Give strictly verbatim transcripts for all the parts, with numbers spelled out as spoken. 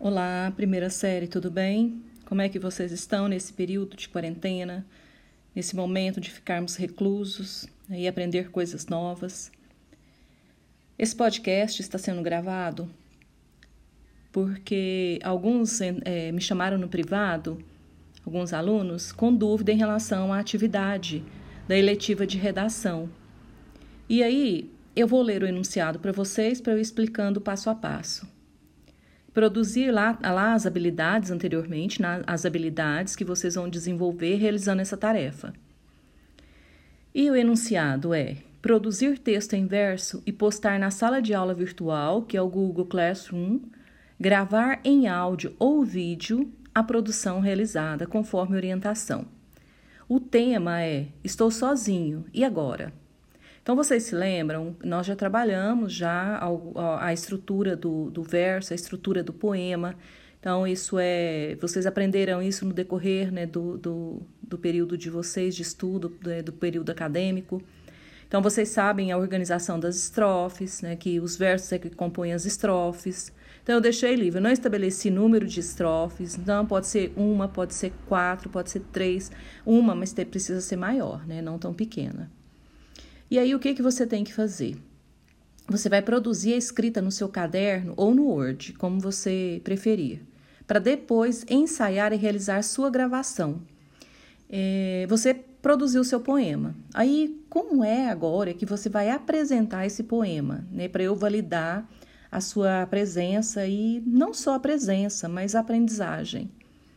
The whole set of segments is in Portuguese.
Olá, primeira série, tudo bem? Como é que vocês estão nesse período de quarentena, nesse momento de ficarmos reclusos e aprender coisas novas? Esse podcast está sendo gravado porque alguns é, me chamaram no privado, alguns alunos, com dúvida em relação à atividade da eletiva de redação. E aí, eu vou ler o enunciado para vocês para eu ir explicando passo a passo. Produzir lá, lá as habilidades anteriormente, né, as habilidades que vocês vão desenvolver realizando essa tarefa. E o enunciado é produzir texto em verso e postar na sala de aula virtual, que é o Google Classroom, gravar em áudio ou vídeo a produção realizada conforme orientação. O tema é Estou sozinho, e agora? Então, vocês se lembram, nós já trabalhamos já a, a estrutura do, do verso, a estrutura do poema. Então, isso é, vocês aprenderam isso no decorrer, né, do, do, do período de vocês, de estudo, do, do período acadêmico. Então, vocês sabem a organização das estrofes, né, que os versos é que compõem as estrofes. Então, eu deixei livre, eu não estabeleci número de estrofes, então pode ser uma, pode ser quatro, pode ser três, uma, mas precisa ser maior, né, não tão pequena. E aí, o que, que você tem que fazer? Você vai produzir a escrita no seu caderno ou no Word, como você preferir, para depois ensaiar e realizar sua gravação. É, você produziu o seu poema. Aí, como é agora que você vai apresentar esse poema, né, para eu validar a sua presença e não só a presença, mas a aprendizagem?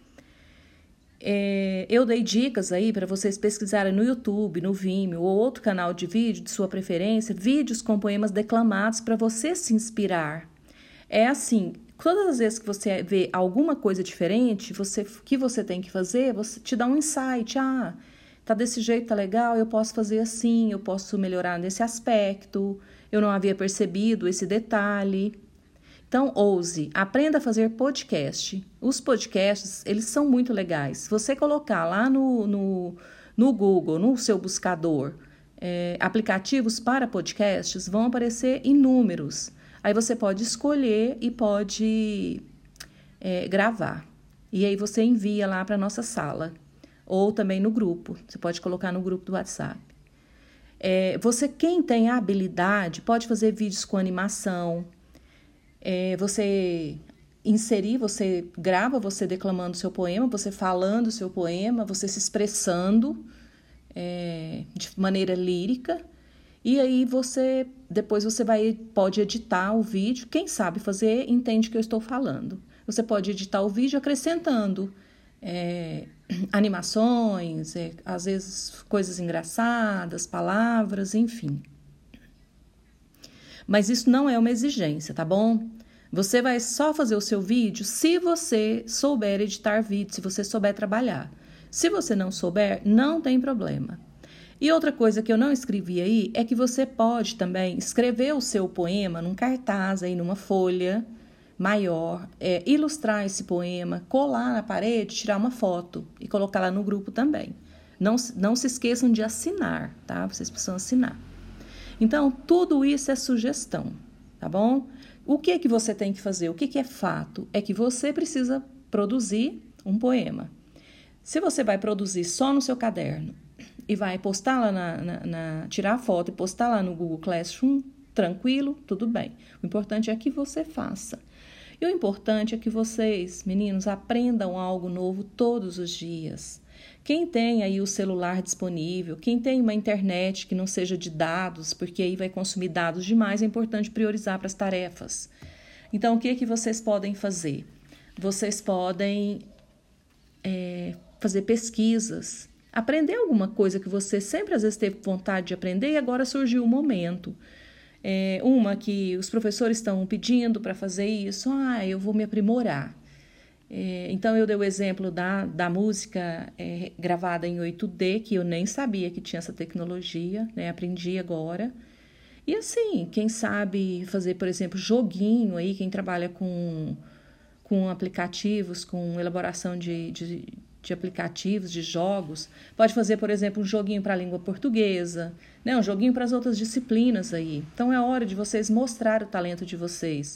É, eu dei dicas aí para vocês pesquisarem no YouTube, no Vimeo ou outro canal de vídeo de sua preferência, vídeos com poemas declamados para você se inspirar. É assim, todas as vezes que você vê alguma coisa diferente, você, que você tem que fazer, você te dá um insight. Ah, tá desse jeito, tá legal, eu posso fazer assim, eu posso melhorar nesse aspecto, eu não havia percebido esse detalhe. Então, ouse, aprenda a fazer podcast. Os podcasts, eles são muito legais. Se você colocar lá no, no, no Google, no seu buscador, é, aplicativos para podcasts, vão aparecer inúmeros. Aí você pode escolher e pode é, gravar. E aí você envia lá para a nossa sala. Ou também no grupo. Você pode colocar no grupo do WhatsApp. É, você, quem tem a habilidade, pode fazer vídeos com animação. É, você inserir, você grava você declamando seu poema, você falando seu poema, você se expressando é, de maneira lírica, e aí você, depois você vai, pode editar o vídeo, quem sabe fazer, entende o que eu estou falando. Você pode editar o vídeo acrescentando é, animações, é, às vezes coisas engraçadas, palavras, enfim. Mas isso não é uma exigência, tá bom? Você vai só fazer o seu vídeo se você souber editar vídeo, se você souber trabalhar. Se você não souber, não tem problema. E outra coisa que eu não escrevi aí é que você pode também escrever o seu poema num cartaz, aí numa folha maior, é, ilustrar esse poema, colar na parede, tirar uma foto e colocar lá no grupo também. Não, não se esqueçam de assinar, tá? Vocês precisam assinar. Então, tudo isso é sugestão, tá bom? O que é que você tem que fazer? O que, que é fato? É que você precisa produzir um poema. Se você vai produzir só no seu caderno e vai postar lá, na, na, na, tirar a foto e postar lá no Google Classroom, tranquilo, tudo bem. O importante é que você faça. E o importante é que vocês, meninos, aprendam algo novo todos os dias. Quem tem aí o celular disponível, quem tem uma internet que não seja de dados, porque aí vai consumir dados demais, é importante priorizar para as tarefas. Então, o que é que vocês podem fazer? Vocês podem é, fazer pesquisas, aprender alguma coisa que você sempre às vezes teve vontade de aprender e agora surgiu o momento. É, uma que os professores estão pedindo para fazer isso, ah, eu vou me aprimorar. É, então, eu dei o exemplo da, da música é, gravada em oito D, que eu nem sabia que tinha essa tecnologia, né? Aprendi agora. E assim, quem sabe fazer, por exemplo, joguinho aí, quem trabalha com, com aplicativos, com elaboração de, de, de aplicativos, de jogos, pode fazer, por exemplo, um joguinho para a língua portuguesa, né? Um joguinho para as outras disciplinas aí. Então, é hora de vocês mostrar o talento de vocês.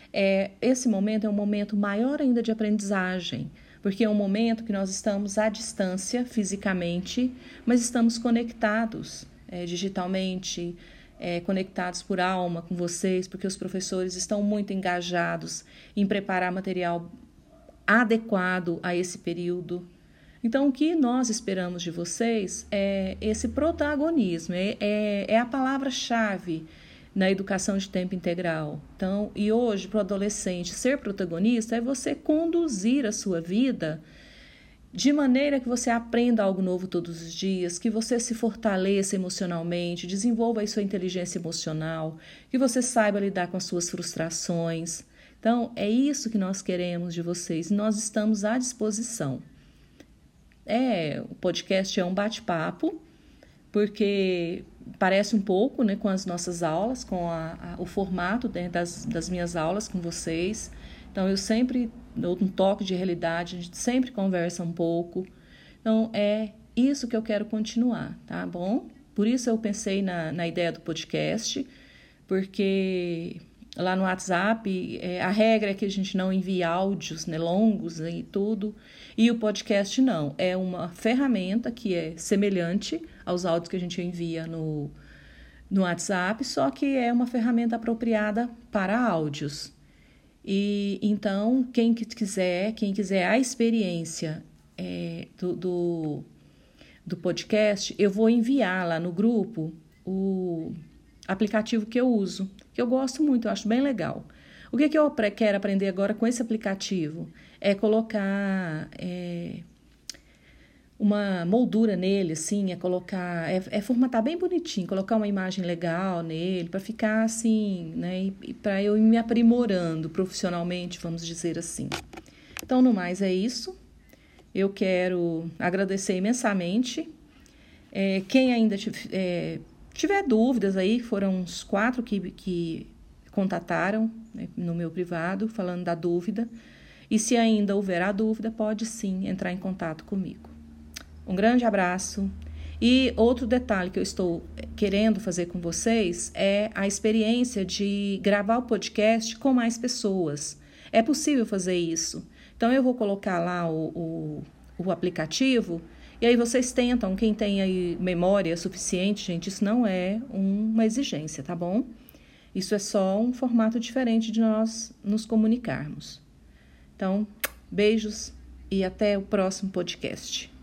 É, esse momento é um momento maior ainda de aprendizagem, porque é um momento que nós estamos à distância fisicamente, mas estamos conectados é, digitalmente, é, conectados por alma com vocês, porque os professores estão muito engajados em preparar material adequado a esse período. Então, o que nós esperamos de vocês é esse protagonismo, é, é, é a palavra-chave na educação de tempo integral. Então, e hoje, para o adolescente, ser protagonista é você conduzir a sua vida de maneira que você aprenda algo novo todos os dias, que você se fortaleça emocionalmente, desenvolva a sua inteligência emocional, que você saiba lidar com as suas frustrações. Então, é isso que nós queremos de vocês, nós estamos à disposição. É, o podcast é um bate-papo, porque parece um pouco, né, com as nossas aulas, com a, a, o formato, né, das, das minhas aulas com vocês. Então, eu sempre dou um toque de realidade, a gente sempre conversa um pouco. Então, é isso que eu quero continuar, tá bom? Por isso eu pensei na, na ideia do podcast, porque lá no WhatsApp, é, a regra é que a gente não envie áudios, né, longos, né, e tudo, e o podcast não. É uma ferramenta que é semelhante aos áudios que a gente envia no, no WhatsApp, só que é uma ferramenta apropriada para áudios. E então, quem quiser, quem quiser a experiência é, do, do, do podcast, eu vou enviar lá no grupo o aplicativo que eu uso, que eu gosto muito, eu acho bem legal. O que, que eu quero aprender agora com esse aplicativo? É colocar é, uma moldura nele, assim, é colocar, é, é formatar bem bonitinho, colocar uma imagem legal nele, para ficar assim, né, e, e para eu ir me aprimorando profissionalmente, vamos dizer assim. Então, no mais, é isso. Eu quero agradecer imensamente. É, quem ainda é, tiver dúvidas aí, foram uns quatro que, que contataram, né, no meu privado, falando da dúvida. E se ainda houver a dúvida, pode sim entrar em contato comigo. Um grande abraço. E outro detalhe que eu estou querendo fazer com vocês é a experiência de gravar o podcast com mais pessoas. É possível fazer isso. Então, eu vou colocar lá o, o, o aplicativo. E aí vocês tentam, quem tem aí memória suficiente, gente, isso não é uma exigência, tá bom? Isso é só um formato diferente de nós nos comunicarmos. Então, beijos e até o próximo podcast.